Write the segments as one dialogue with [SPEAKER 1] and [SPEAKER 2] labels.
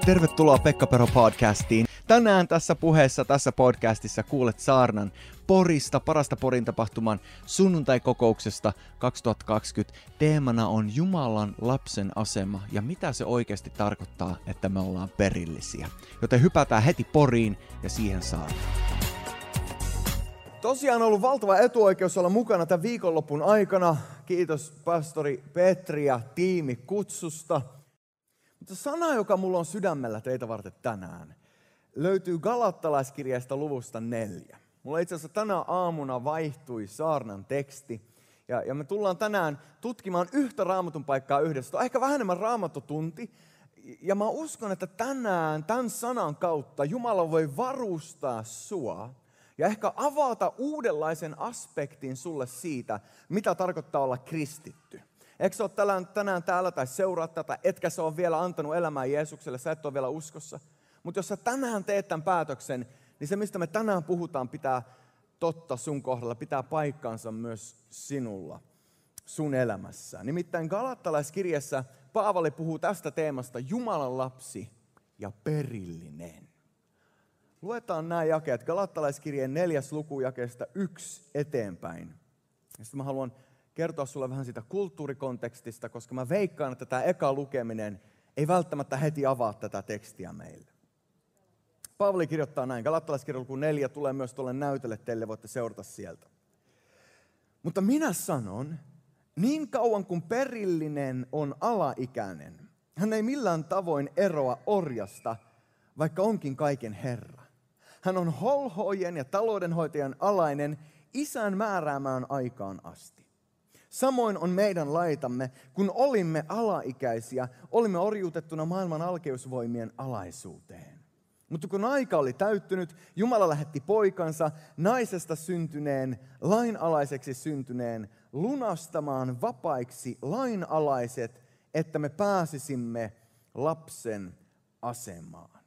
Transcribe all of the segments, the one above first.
[SPEAKER 1] Tervetuloa Pekka Pero podcastiin. Tänään tässä puheessa, tässä podcastissa kuulet saarnan Porista, parasta Porin tapahtuman sunnuntai-kokouksesta 2020. Teemana on Jumalan lapsen asema ja mitä se oikeasti tarkoittaa, että me ollaan perillisiä. Joten hypätään heti Poriin ja siihen saarnaan. Tosiaan on ollut valtava etuoikeus olla mukana tämän viikonlopun aikana. Kiitos pastori Petri ja tiimi kutsusta. Mutta sana, joka mulla on sydämellä teitä varten tänään, löytyy Galattalaiskirjasta luvusta 4. Mulla itse asiassa tänä aamuna vaihtui saarnan teksti. Ja me tullaan tänään tutkimaan yhtä raamatun paikkaa yhdessä. On ehkä vähän enemmän raamattotunti. Ja mä uskon, että tänään tämän sanan kautta Jumala voi varustaa sua ja ehkä avata uudenlaisen aspektin sulle siitä, mitä tarkoittaa olla kristitty. Eikö sä ole tänään täällä tai seuraa tätä, etkä sä ole vielä antanut elämää Jeesukselle, sä et ole vielä uskossa. Mutta jos sä tänään teet tämän päätöksen, niin se mistä me tänään puhutaan pitää totta sun kohdalla, pitää paikkaansa myös sinulla, sun elämässä. Nimittäin Galattalaiskirjassa Paavali puhuu tästä teemasta Jumalan lapsi ja perillinen. Luetaan nämä jakeet Galattalaiskirjeen 4. luku jakeesta 1 eteenpäin. Ja sitten mä haluan kertoa sulle vähän siitä kulttuurikontekstista, koska mä veikkaan, että tämä eka lukeminen ei välttämättä heti avaa tätä tekstiä meille. Paavali kirjoittaa näin, Galattalaiskirjan luku 4 tulee myös tuolle näytölle, teille voitte seurata sieltä. Mutta minä sanon, niin kauan kuin perillinen on alaikäinen, hän ei millään tavoin eroa orjasta, vaikka onkin kaiken Herra. Hän on holhoojien ja taloudenhoitajan alainen isän määräämään aikaan asti. Samoin on meidän laitamme, kun olimme alaikäisiä, olimme orjuutettuna maailman alkeusvoimien alaisuuteen. Mutta kun aika oli täyttynyt, Jumala lähetti poikansa naisesta syntyneen, lainalaiseksi syntyneen, lunastamaan vapaiksi lainalaiset, että me pääsisimme lapsen asemaan.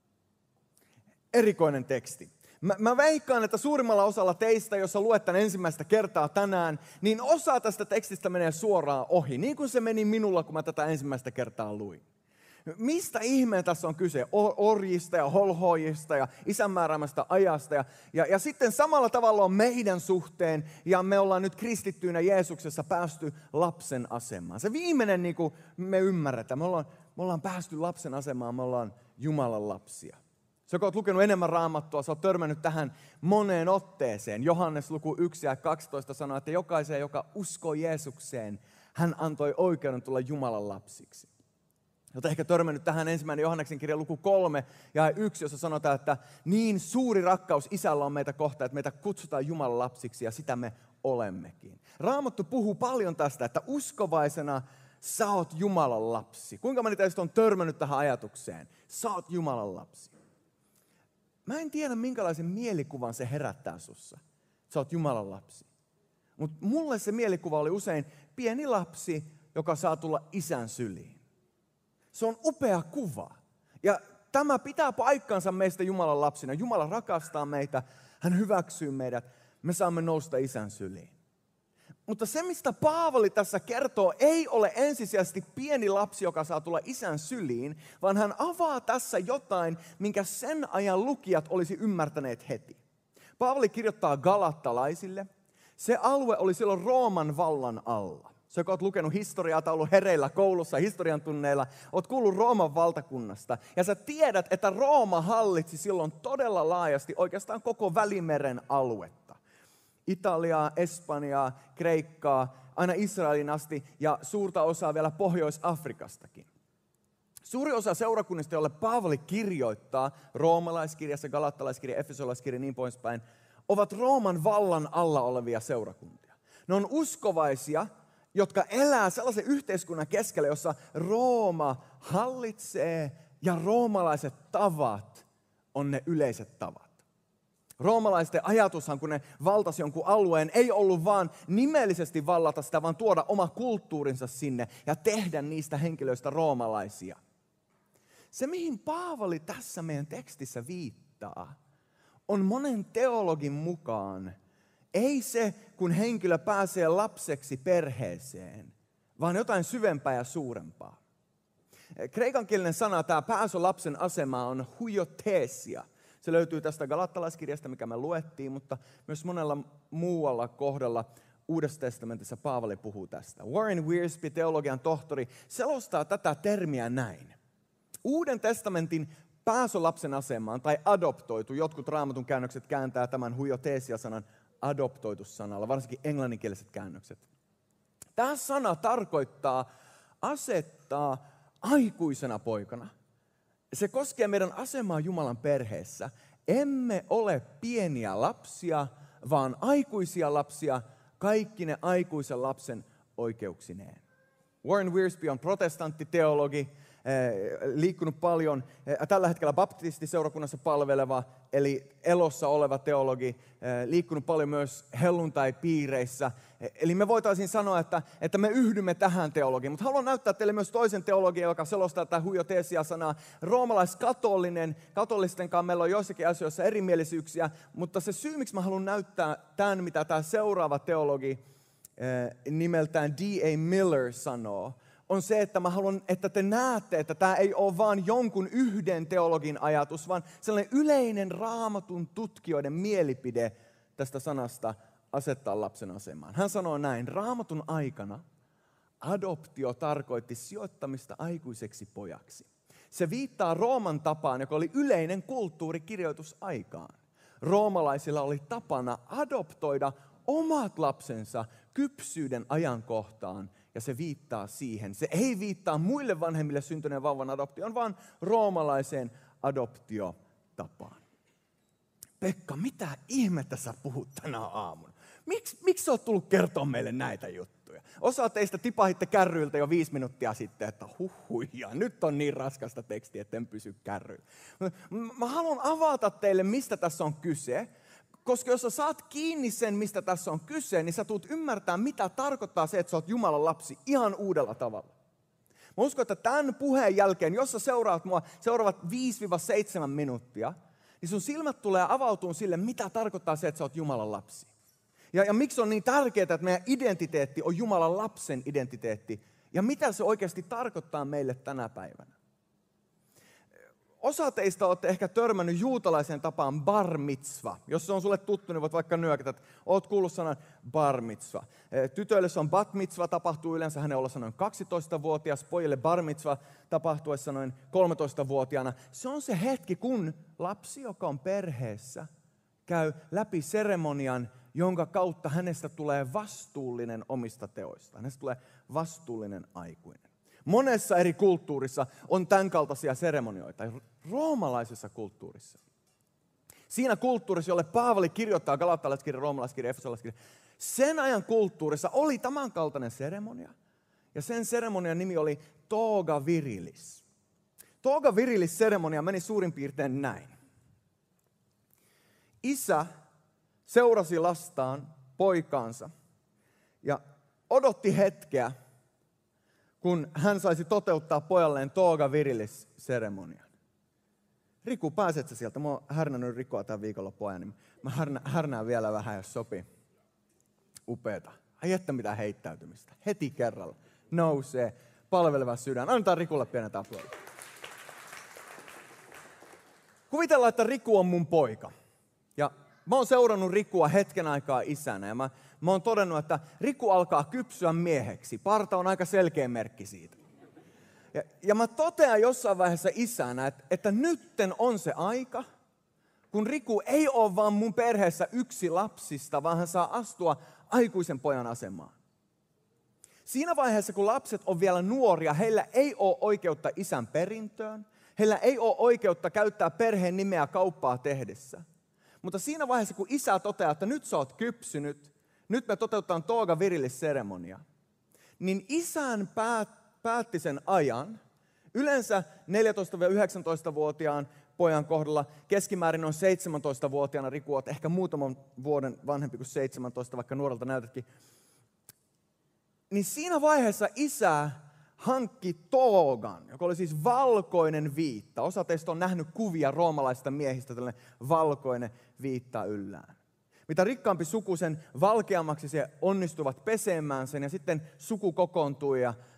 [SPEAKER 1] Erikoinen teksti. Mä veikkaan, että suurimmalla osalla teistä, jos sä luet tämän ensimmäistä kertaa tänään, niin osa tästä tekstistä menee suoraan ohi. Niin kuin se meni minulla, kun mä tätä ensimmäistä kertaa luin. Mistä ihmeen tässä on kyse? Orjista ja holhoojista ja isänmääräämästä ajasta. Ja sitten samalla tavalla on meidän suhteen ja me ollaan nyt kristittyinä Jeesuksessa päästy lapsen asemaan. Se viimeinen, niin kuin me ymmärretään, me ollaan päästy lapsen asemaan, me ollaan Jumalan lapsia. Sä kun oot lukenut enemmän Raamattua, sä oot törmännyt tähän moneen otteeseen. Johannes luku 1 ja 12 sanoo, että jokaiseen, joka uskoo Jeesukseen, hän antoi oikeuden tulla Jumalan lapsiksi. Olet ehkä törmännyt tähän 1. Johanneksen kirjan luku 3 ja 1, jossa sanotaan, että niin suuri rakkaus isällä on meitä kohtaan, että meitä kutsutaan Jumalan lapsiksi ja sitä me olemmekin. Raamattu puhuu paljon tästä, että uskovaisena sä oot Jumalan lapsi. Kuinka moni teistä on törmännyt tähän ajatukseen? Sä oot Jumalan lapsi. Mä en tiedä, minkälaisen mielikuvan se herättää sussa. Sä oot Jumalan lapsi. Mutta mulle se mielikuva oli usein pieni lapsi, joka saa tulla isän syliin. Se on upea kuva. Ja tämä pitää paikkansa meistä Jumalan lapsina. Jumala rakastaa meitä, hän hyväksyy meidät, me saamme nousta isän syliin. Mutta se, mistä Paavali tässä kertoo, ei ole ensisijaisesti pieni lapsi, joka saa tulla isän syliin, vaan hän avaa tässä jotain, minkä sen ajan lukijat olisi ymmärtäneet heti. Paavali kirjoittaa galattalaisille. Se alue oli silloin Rooman vallan alla. Sä kun oot lukenut historiaa tai ollut hereillä koulussa, historian tunneilla, oot kuullut Rooman valtakunnasta. Ja sä tiedät, että Rooma hallitsi silloin todella laajasti oikeastaan koko Välimeren aluetta. Italiaa, Espanjaa, Kreikkaa, aina Israelin asti ja suurta osaa vielä Pohjois-Afrikastakin. Suuri osa seurakunnista, jolle Paavali kirjoittaa, roomalaiskirjassa, galattalaiskirja, efesolaiskirja ja niin poispäin, ovat Rooman vallan alla olevia seurakuntia. Ne on uskovaisia, jotka elää sellaisen yhteiskunnan keskellä, jossa Rooma hallitsee ja roomalaiset tavat on ne yleiset tavat. Roomalaisten ajatushan, kun ne valtasi jonkun alueen, ei ollut vaan nimellisesti vallata sitä, vaan tuoda oma kulttuurinsa sinne ja tehdä niistä henkilöistä roomalaisia. Se, mihin Paavali tässä meidän tekstissä viittaa, on monen teologin mukaan ei se, kun henkilö pääsee lapseksi perheeseen, vaan jotain syvempää ja suurempaa. Kreikankielinen sana, tämä pääsy lapsen asemaan, on huioteesia. Se löytyy tästä galattalaiskirjasta, mikä me luettiin, mutta myös monella muualla kohdalla Uudessa testamentissa Paavali puhuu tästä. Warren Wiersbe, teologian tohtori, selostaa tätä termiä näin. Uuden testamentin pääsy lapsen asemaan tai adoptoitu, jotkut Raamatun käännökset kääntää tämän huioteesia-sanan adoptoitu-sanalla, varsinkin englanninkieliset käännökset. Tämä sana tarkoittaa asettaa aikuisena poikana. Se koskee meidän asemaa Jumalan perheessä. Emme ole pieniä lapsia, vaan aikuisia lapsia, kaikki ne aikuisen lapsen oikeuksineen. Warren Wiersbe on protestanttiteologi, liikkunut paljon, tällä hetkellä baptistiseurakunnassa palveleva, eli elossa oleva teologi, liikkunut paljon myös helluntai-piireissä. Eli me voitaisiin sanoa, että me yhdymme tähän teologiaan. Mutta haluan näyttää teille myös toisen teologian, joka selostaa tätä huioteesia-sanaa. Roomalaiskatolinen, katolistenkaan meillä on joissakin asioissa erimielisyyksiä, mutta se syy, miksi mä haluan näyttää tämän, mitä tämä seuraava teologi nimeltään D.A. Miller sanoo, on se, että mä haluan, että te näette, että tämä ei ole vain jonkun yhden teologin ajatus, vaan sellainen yleinen Raamatun tutkijoiden mielipide tästä sanasta asettaa lapsen asemaan. Hän sanoo näin, Raamatun aikana adoptio tarkoitti sijoittamista aikuiseksi pojaksi. Se viittaa Rooman tapaan, joka oli yleinen kulttuuri kirjoitusaikaan. Roomalaisilla oli tapana adoptoida omat lapsensa kypsyyden ajankohtaan, ja se viittaa siihen. Se ei viittaa muille vanhemmille syntyneen vauvan adoptioon, vaan roomalaiseen adoptiotapaan. Pekka, mitä ihmettä sä puhut tänä aamuna? Miksi sä oot tullut kertoa meille näitä juttuja? Osa teistä tipahitte kärryiltä jo 5 minuuttia sitten, että huhuja, nyt on niin raskasta tekstiä, että en pysy kärryillä. Mä haluan avata teille, mistä tässä on kyse. Koska jos sä saat kiinni sen, mistä tässä on kyse, niin sä tulet ymmärtää, mitä tarkoittaa se, että sä oot Jumalan lapsi ihan uudella tavalla. Mä uskon, että tämän puheen jälkeen, jos sä seuraat mua seuraavat 5-7 minuuttia, niin sun silmät tulee avautumaan sille, mitä tarkoittaa se, että sä oot Jumalan lapsi. Ja miksi on niin tärkeää, että meidän identiteetti on Jumalan lapsen identiteetti, ja mitä se oikeasti tarkoittaa meille tänä päivänä. Osa teistä olette ehkä törmännyt juutalaiseen tapaan bar mitzva. Jos se on sulle tuttu, niin voit vaikka nyökätä, että olet kuullut sanan bar mitzva. Tytöille se on bat mitzva, tapahtuu yleensä hänen ollessa noin 12-vuotias. Pojille bar mitzva tapahtuessa noin 13-vuotiaana. Se on se hetki, kun lapsi, joka on perheessä, käy läpi seremonian, jonka kautta hänestä tulee vastuullinen omista teoista. Hänestä tulee vastuullinen aikuinen. Monessa eri kulttuurissa on tämän kaltaisia seremonioita, roomalaisessa kulttuurissa. Siinä kulttuurissa, jolle Paavali kirjoittaa galattalaiskirja, roomalaiskirja, efesolaiskirja, sen ajan kulttuurissa oli tämän kaltainen seremonia. Ja sen seremonian nimi oli toga virilis. Toga virilis seremonia meni suurin piirtein näin. Isä seurasi lastaan, poikaansa, ja odotti hetkeä, kun hän saisi toteuttaa pojalleen toga virilis -seremonian. Riku, pääset sä sieltä? Mä oon härnännyt Rikua tämän viikonlopun ajan, niin mä härnään vielä vähän, jos sopii. Upeeta. Ai että mitä heittäytymistä. Heti kerralla. Nousee. Palveleva sydän. Annetaan Rikulle pienet aplodit. Kuvitellaan, että Riku on mun poika. Ja mä oon seurannut Rikua hetken aikaa isänä ja mä oon todennut, että Riku alkaa kypsyä mieheksi. Parta on aika selkeä merkki siitä. Ja mä totean jossain vaiheessa isänä, että nytten on se aika, kun Riku ei ole vaan mun perheessä yksi lapsista, vaan hän saa astua aikuisen pojan asemaan. Siinä vaiheessa, kun lapset on vielä nuoria, heillä ei ole oikeutta isän perintöön. Heillä ei ole oikeutta käyttää perheen nimeä kauppaa tehdessä. Mutta siinä vaiheessa, kun isä toteaa, että nyt sä oot kypsynyt, nyt me toteutetaan toga virilis -seremonia, niin isän päätti sen ajan, yleensä 14-19-vuotiaan pojan kohdalla, keskimäärin on 17-vuotiaana, Riku, oot ehkä muutaman vuoden vanhempi kuin 17, vaikka nuorelta näytätkin, niin siinä vaiheessa isä hankki togan, joka oli siis valkoinen viitta. Osa teistä on nähnyt kuvia roomalaisista miehistä, tällainen valkoinen viitta yllään. Mitä rikkaampi suku, sen valkeammaksi se onnistuvat pesemään sen, ja sitten suku kokoontui ja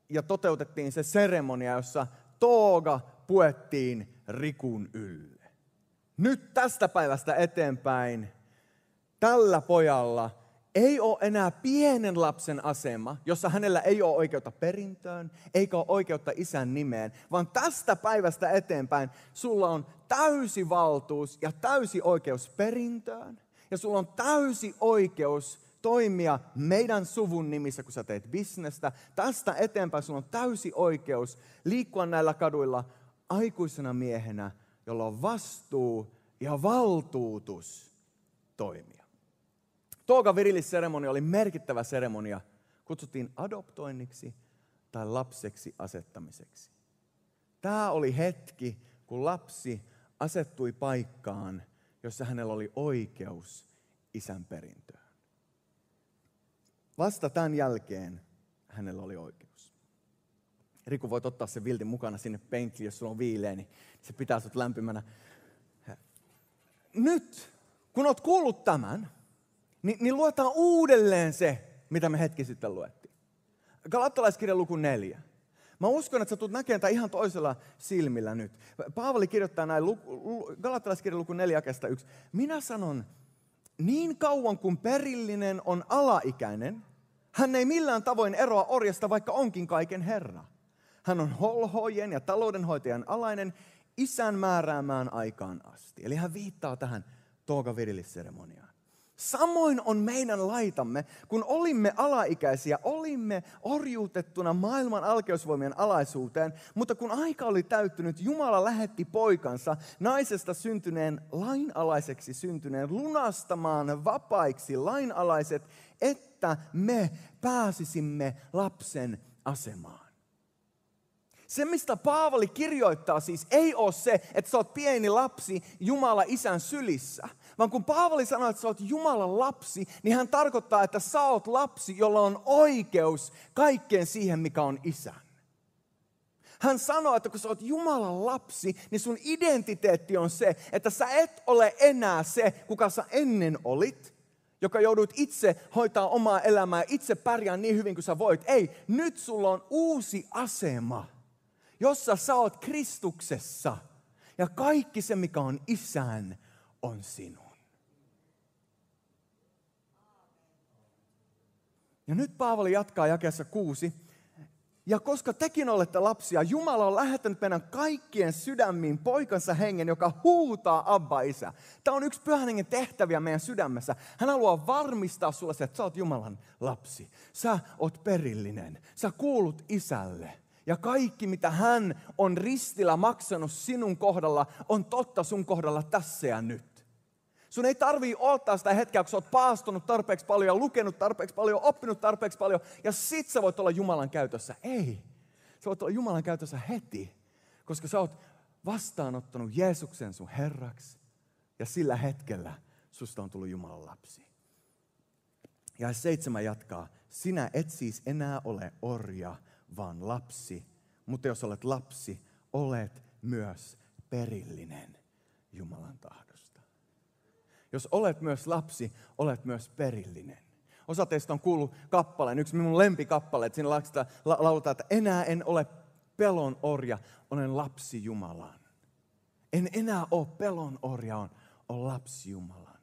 [SPEAKER 1] ja toteutettiin se seremonia, jossa tooga puettiin Rikun ylle. Nyt tästä päivästä eteenpäin tällä pojalla ei ole enää pienen lapsen asema, jossa hänellä ei ole oikeutta perintöön, eikä ole oikeutta isän nimeen, vaan tästä päivästä eteenpäin sulla on täysi valtuus ja täysi oikeus perintöön. Ja sulla on täysi oikeus toimia meidän suvun nimissä, kun sä teet bisnestä. Tästä eteenpäin sulla on täysi oikeus liikkua näillä kaduilla aikuisena miehenä, jolla on vastuu ja valtuutus toimia. Tooga virillisseremonia oli merkittävä seremonia. Kutsuttiin adoptoinniksi tai lapseksi asettamiseksi. Tämä oli hetki, kun lapsi asettui paikkaan, jossa hänellä oli oikeus isän perintöön. Vasta tämän jälkeen hänellä oli oikeus. Riku, voit ottaa sen viltin mukana sinne penkkiin, jos sulla on viileä, niin se pitää sut lämpimänä. Nyt, kun olet kuullut tämän, niin luetaan uudelleen se, mitä me hetki sitten luettiin. Galattalaiskirjan luku 4. Mä uskon, että sä tulet näkemään tämän ihan toisella silmillä nyt. Paavali kirjoittaa näin, Galattalaiskirjan luku 4, jakeesta 1. Minä sanon, niin kauan kuin perillinen on alaikäinen, hän ei millään tavoin eroa orjasta, vaikka onkin kaiken herra. Hän on holhojen ja taloudenhoitajan alainen isän määräämään aikaan asti. Eli hän viittaa tähän tooga virillisseremoniaan. Samoin on meidän laitamme, kun olimme alaikäisiä, olimme orjuutettuna maailman alkeusvoimien alaisuuteen, mutta kun aika oli täyttynyt, Jumala lähetti poikansa naisesta syntyneen lainalaiseksi syntyneen lunastamaan vapaiksi lainalaiset, että me pääsisimme lapsen asemaan. Se, mistä Paavali kirjoittaa siis, ei ole se, että sä oot pieni lapsi Jumala isän sylissä. Vaan kun Paavali sanoo, että sä oot Jumalan lapsi, niin hän tarkoittaa, että sä oot lapsi, jolla on oikeus kaikkeen siihen, mikä on isän. Hän sanoo, että kun sä oot Jumalan lapsi, niin sun identiteetti on se, että sä et ole enää se, kuka sä ennen olit, joka joudut itse hoitaa omaa elämää, itse pärjää niin hyvin kuin sä voit. Ei, nyt sulla on uusi asema, jossa sä oot Kristuksessa ja kaikki se, mikä on isän, on sinun. Ja nyt Paavali jatkaa jakeessa 6. Ja koska tekin olette lapsia, Jumala on lähettänyt meidän kaikkien sydämiin poikansa hengen, joka huutaa Abba, Isä. Tämä on yksi Pyhän Hengen tehtäviä meidän sydämessä. Hän haluaa varmistaa sulle se, että sä oot Jumalan lapsi. Sä oot perillinen. Sä kuulut Isälle. Ja kaikki, mitä hän on ristillä maksanut sinun kohdalla, on totta sun kohdalla tässä ja nyt. Sun ei tarvii odottaa sitä hetkeä, kun sä oot paastunut tarpeeksi paljon ja lukenut tarpeeksi paljon, oppinut tarpeeksi paljon, ja sit sä voit olla Jumalan käytössä. Ei, sä voit olla Jumalan käytössä heti, koska sä oot vastaanottanut Jeesuksen sun Herraksi, ja sillä hetkellä susta on tullut Jumalan lapsi. Ja 7 jatkaa, sinä et siis enää ole orja, vaan lapsi, mutta jos olet lapsi, olet myös perillinen Jumalan tahdosta. Jos olet myös lapsi, olet myös perillinen. Osa teistä on kuullut kappaleen, yksi minun lempikappaleet, siinä lauletaan, että enää en ole pelon orja, olen lapsi Jumalan. En enää ole pelon orja, on lapsi Jumalan.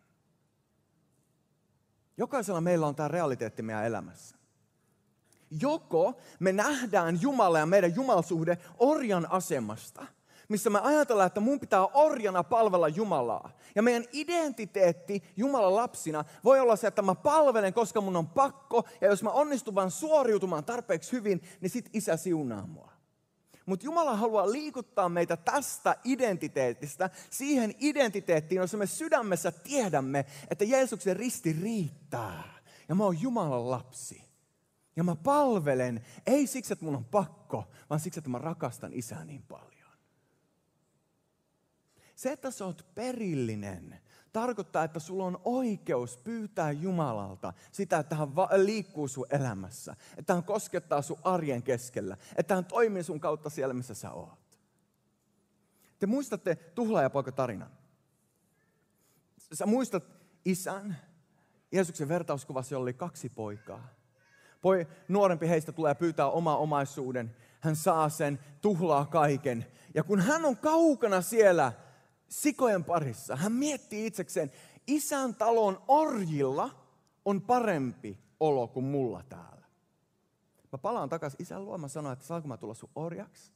[SPEAKER 1] Jokaisella meillä on tämä realiteetti meidän elämässä. Joko me nähdään Jumala ja meidän jumalsuhde orjan asemasta, missä me ajatellaan, että mun pitää orjana palvella Jumalaa. Ja meidän identiteetti Jumalan lapsina voi olla se, että mä palvelen, koska mun on pakko. Ja jos mä onnistun vaan suoriutumaan tarpeeksi hyvin, niin sit Isä siunaa mua. Mutta Jumala haluaa liikuttaa meitä tästä identiteetistä siihen identiteettiin, jossa me sydämessä tiedämme, että Jeesuksen risti riittää. Ja mä oon Jumalan lapsi. Ja mä palvelen, ei siksi, että mun on pakko, vaan siksi, että mä rakastan Isää niin paljon. Se, että sä oot perillinen, tarkoittaa, että sulla on oikeus pyytää Jumalalta sitä, että hän liikkuu sun elämässä. Että hän koskettaa sun arjen keskellä. Että hän toimii sun kautta siellä, missä sä oot. Te muistatte tuhlaajapoika-tarinan. Sä muistat isän, Jeesuksen vertauskuvassa, jolla oli 2 poikaa. Nuorempi heistä tulee pyytää oma omaisuuden. Hän saa sen, tuhlaa kaiken. Ja kun hän on kaukana siellä sikojen parissa, hän miettii itsekseen, isän talon orjilla on parempi olo kuin mulla täällä. Mä palaan takaisin isän luo, mä sanon, että saanko mä tulla sun orjaksi?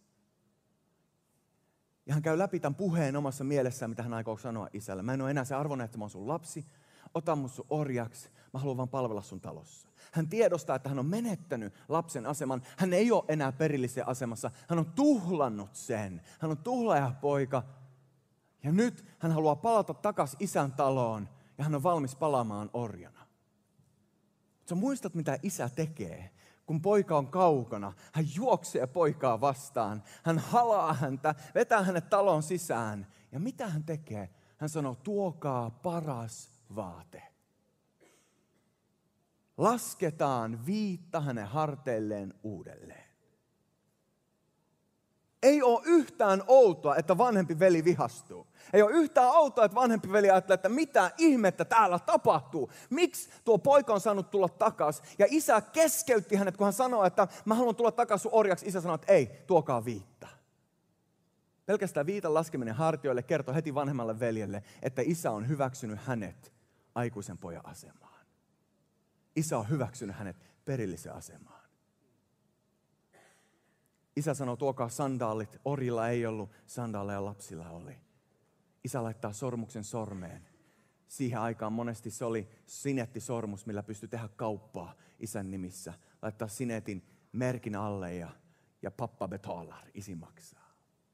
[SPEAKER 1] Ja hän käy läpi tämän puheen omassa mielessään, mitä hän aikoo sanoa isälle. Mä en ole enää se arvoinen, että mä oon sun lapsi. Ota mut sun orjaksi. Mä haluan vaan palvella sun talossa. Hän tiedostaa, että hän on menettänyt lapsen aseman. Hän ei ole enää perillisen asemassa. Hän on tuhlannut sen. Hän on tuhlaajapoika. Ja nyt hän haluaa palata takaisin isän taloon. Ja hän on valmis palaamaan orjana. Sä muistat, mitä isä tekee? Kun poika on kaukana, hän juoksee poikaa vastaan. Hän halaa häntä, vetää hänet talon sisään. Ja mitä hän tekee? Hän sanoo, tuokaa paras vaate. Lasketaan viitta hänen harteilleen uudelleen. Ei ole yhtään outoa, että vanhempi veli vihastuu. Ei ole yhtään outoa, että vanhempi veli ajattelee, että mitä ihmettä täällä tapahtuu. Miksi tuo poika on saanut tulla takaisin? Ja isä keskeytti hänet, kun hän sanoi, että mä haluan tulla takaisin sun orjaksi. Isä sanoi, että ei, tuokaa viitta. Pelkästään viitan laskeminen hartioille kertoi heti vanhemmalle veljelle, että isä on hyväksynyt hänet aikuisen pojan asemaan. Isä on hyväksynyt hänet perillisen asemaan. Isä sanoo, tuokaa sandaalit. Orjilla ei ollut, sandaaleja lapsilla oli. Isä laittaa sormuksen sormeen. Siihen aikaan monesti se oli sinettisormus, millä pystyi tehdä kauppaa isän nimissä. Laittaa sinetin merkin alle ja pappa betalar, isi maksaa.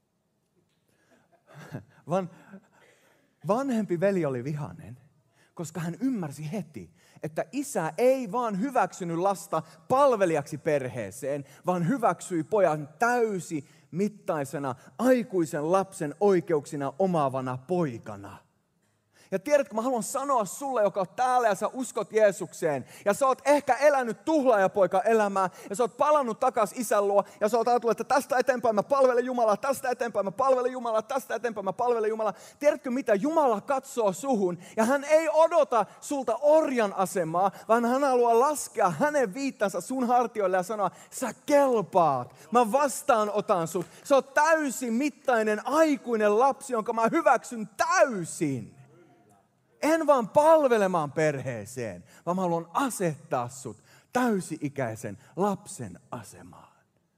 [SPEAKER 1] Vanhempi veli oli vihainen, koska hän ymmärsi heti, että isä ei vaan hyväksynyt lasta palvelijaksi perheeseen, vaan hyväksyi pojan täysimittaisena aikuisen lapsen oikeuksina omaavana poikana. Ja tiedätkö, mä haluan sanoa sulle, joka on täällä ja sä uskot Jeesukseen. Ja sä oot ehkä elänyt tuhlaajapoika elämää ja sä oot palannut takaisin isän luo. Ja sä oot ajatellut, että tästä eteenpäin mä palvelen Jumalaa, tästä eteenpäin mä palvelen Jumalaa, tästä eteenpäin mä palvelen Jumalaa. Tiedätkö mitä? Jumala katsoo suhun ja hän ei odota sulta orjan asemaa, vaan hän haluaa laskea hänen viittansa sun hartioille ja sanoa, sä kelpaat, mä vastaanotan sut. Sä oot täysimittainen aikuinen lapsi, jonka mä hyväksyn täysin. En vaan palvelemaan perheeseen, vaan mä haluan asettaa sut täysi-ikäisen lapsen asemaan.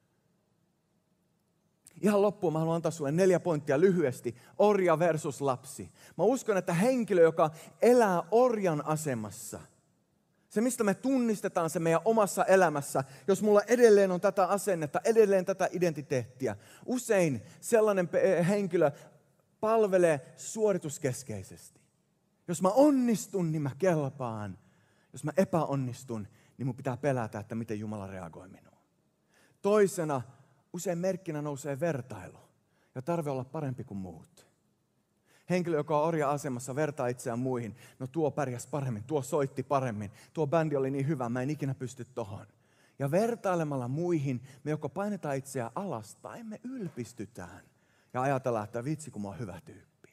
[SPEAKER 1] Ihan loppuun mä haluan antaa sulle 4 pointtia lyhyesti. Orja versus lapsi. Mä uskon, että henkilö, joka elää orjan asemassa, se mistä me tunnistetaan se meidän omassa elämässä, jos mulla edelleen on tätä asennetta, edelleen tätä identiteettiä. Usein sellainen henkilö palvelee suorituskeskeisesti. Jos mä onnistun, niin mä kelpaan. Jos mä epäonnistun, niin mun pitää pelätä, että miten Jumala reagoi minuun. Toisena, usein merkkinä nousee vertailu ja tarve olla parempi kuin muut. Henkilö, joka on orja-asemassa, vertaa itseään muihin. No tuo pärjäs paremmin, tuo soitti paremmin, tuo bändi oli niin hyvä, mä en ikinä pysty tohon. Ja vertailemalla muihin, me joko painetaan itseään alas tai me ylpistytään. Ja ajatellaan, että vitsi kun mä oon hyvä tyyppi.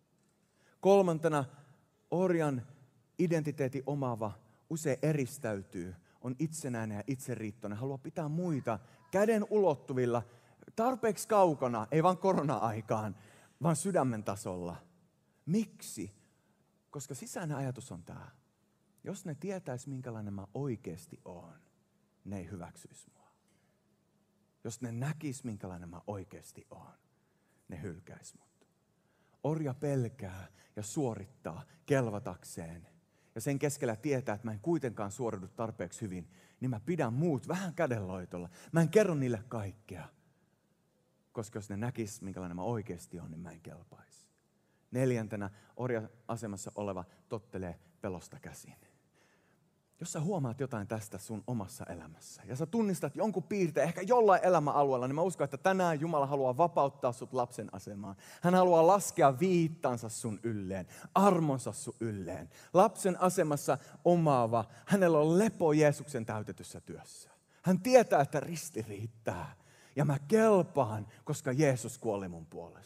[SPEAKER 1] Kolmantena, orjan identiteetin omaava usein eristäytyy, on itsenäinen ja itseriittoinen, haluaa pitää muita käden ulottuvilla, tarpeeksi kaukana, ei vaan korona-aikaan, vaan sydämen tasolla. Miksi? Koska sisäinen ajatus on tämä. Jos ne tietäis, minkälainen mä oikeasti oon, ne ei hyväksyisi mua. Jos ne näkis, minkälainen mä oikeasti oon, ne hylkäis mut. Orja pelkää ja suorittaa kelvatakseen. Ja sen keskellä tietää, että mä en kuitenkaan suoriudu tarpeeksi hyvin, niin mä pidän muut vähän kädenloitolla. Mä en kerro niille kaikkea. Koska jos ne näkis, minkälainen mä oikeasti on, niin mä en kelpaisi. 4. orja-asemassa oleva tottelee pelosta käsin. Jos sä huomaat jotain tästä sun omassa elämässä ja sä tunnistat jonkun piirteen, ehkä jollain elämäalueella, niin mä uskon, että tänään Jumala haluaa vapauttaa sut lapsen asemaan. Hän haluaa laskea viittansa sun ylleen, armonsa sun ylleen. Lapsen asemassa omaava, hänellä on lepo Jeesuksen täytetyssä työssä. Hän tietää, että risti riittää ja mä kelpaan, koska Jeesus kuoli mun puolesta.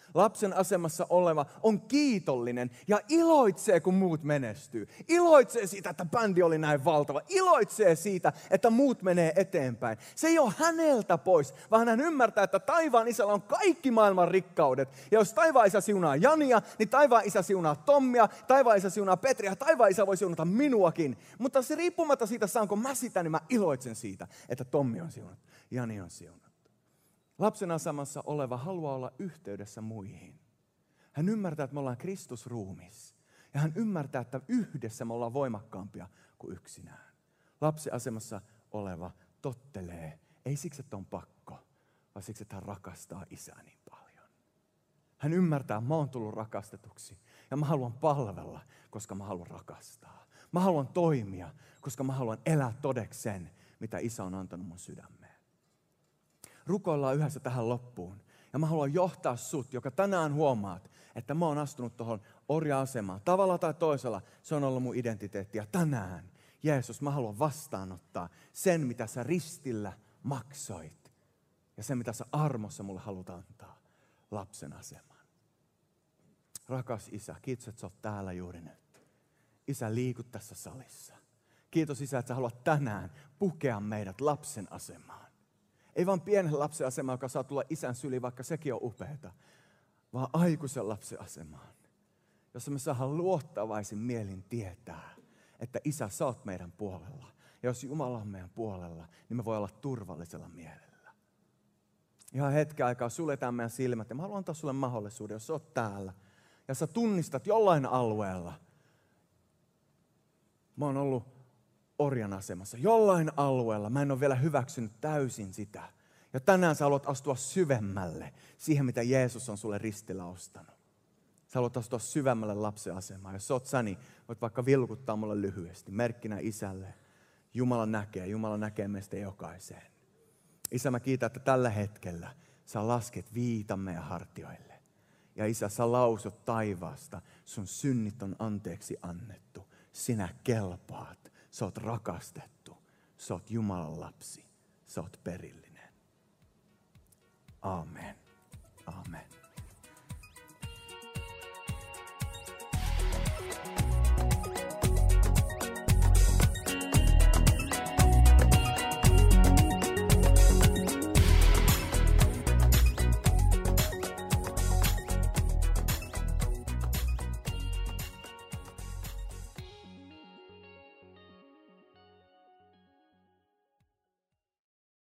[SPEAKER 1] Lapsen asemassa oleva on kiitollinen ja iloitsee, kun muut menestyy. Iloitsee siitä, että bändi oli näin valtava. Iloitsee siitä, että muut menee eteenpäin. Se ei ole häneltä pois, vaan hän ymmärtää, että taivaan isällä on kaikki maailman rikkaudet. Ja jos taivaan isä siunaa Jania, niin taivaan isä siunaa Tommia, taivaan isä siunaa Petriä, taivaan isä voi siunata minuakin. Mutta se riippumatta siitä, saanko mä sitä, niin mä iloitsen siitä, että Tommi on siunattu, Jani on siunattu. Lapsen asemassa oleva haluaa olla yhteydessä muihin. Hän ymmärtää, että me ollaan Kristusruumis. Ja hän ymmärtää, että yhdessä me ollaan voimakkaampia kuin yksinään. Lapsen asemassa oleva tottelee, ei siksi, että on pakko, vaan siksi, että hän rakastaa isää niin paljon. Hän ymmärtää, että mä oon tullut rakastetuksi. Ja mä haluan palvella, koska mä haluan rakastaa. Mä haluan toimia, koska mä haluan elää todeksi sen, mitä isä on antanut mun sydämeen. Rukoillaan yhdessä tähän loppuun. Ja mä haluan johtaa sut, joka tänään huomaat, että mä oon astunut tuohon orja-asemaan. Tavalla tai toisella se on ollut mun identiteetti. Ja tänään, Jeesus, mä haluan vastaanottaa sen, mitä sä ristillä maksoit. Ja sen, mitä sä armossa mulle haluat antaa. Lapsen aseman. Rakas Isä, kiitos, että sä oot täällä juuri nyt. Isä, liikut tässä salissa. Kiitos Isä, että sä haluat tänään pukea meidät lapsen asemaan. Ei vaan pienen lapsen asemaan, joka saa tulla isän syliin, vaikka sekin on upeata, vaan aikuisen lapsen asemaan, jossa me saadaan luottavaisin mielin tietää, että Isä, sä oot meidän puolella. Ja jos Jumala on meidän puolella, niin me voi olla turvallisella mielellä. Ihan hetken aikaa suljetaan meidän silmät ja mä haluan antaa sulle mahdollisuuden, jos sä oot täällä ja sä tunnistat jollain alueella. Mä oon ollut orjan asemassa. Jollain alueella mä en ole vielä hyväksynyt täysin sitä. Ja tänään sä haluat astua syvemmälle siihen, mitä Jeesus on sulle ristillä ostanut. Sä haluat astua syvemmälle lapsen asemaan. Jos sä oot Sani, voit vaikka vilkuttaa mulle lyhyesti. Merkkinä Isälle. Jumala näkee meistä jokaiseen. Isä, mä kiitän, että tällä hetkellä sä lasket viitan meidän hartioille. Ja Isä, sä lausut taivaasta. Sun synnit on anteeksi annettu. Sinä kelpaat. Sä oot rakastettu. Sä oot Jumalan lapsi. Sä oot perillinen. Amen. Amen.